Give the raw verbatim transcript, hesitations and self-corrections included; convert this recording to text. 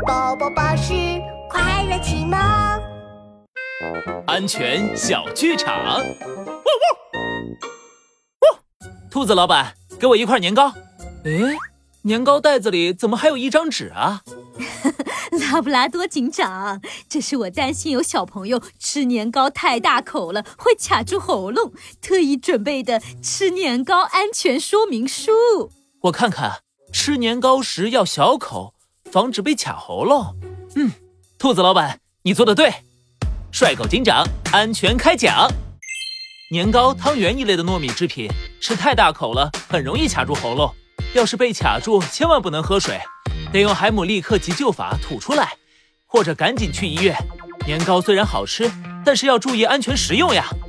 宝宝巴士快乐启蒙。 安全小剧场。汪汪！兔子老板，给我一块年糕。诶，年糕袋子里怎么还有一张纸啊？ 拉布拉多警长，这是我担心有小朋友吃年糕太大口了会卡住喉咙，特意准备的吃年糕安全说明书。 我看看，吃年糕时要小口，防止被卡喉咙。嗯，兔子老板，你做得对。帅狗警长，安全开讲。年糕、汤圆一类的糯米制品，吃太大口了，很容易卡住喉咙。要是被卡住，千万不能喝水，得用海姆立克急救法吐出来，或者赶紧去医院。年糕虽然好吃，但是要注意安全食用呀。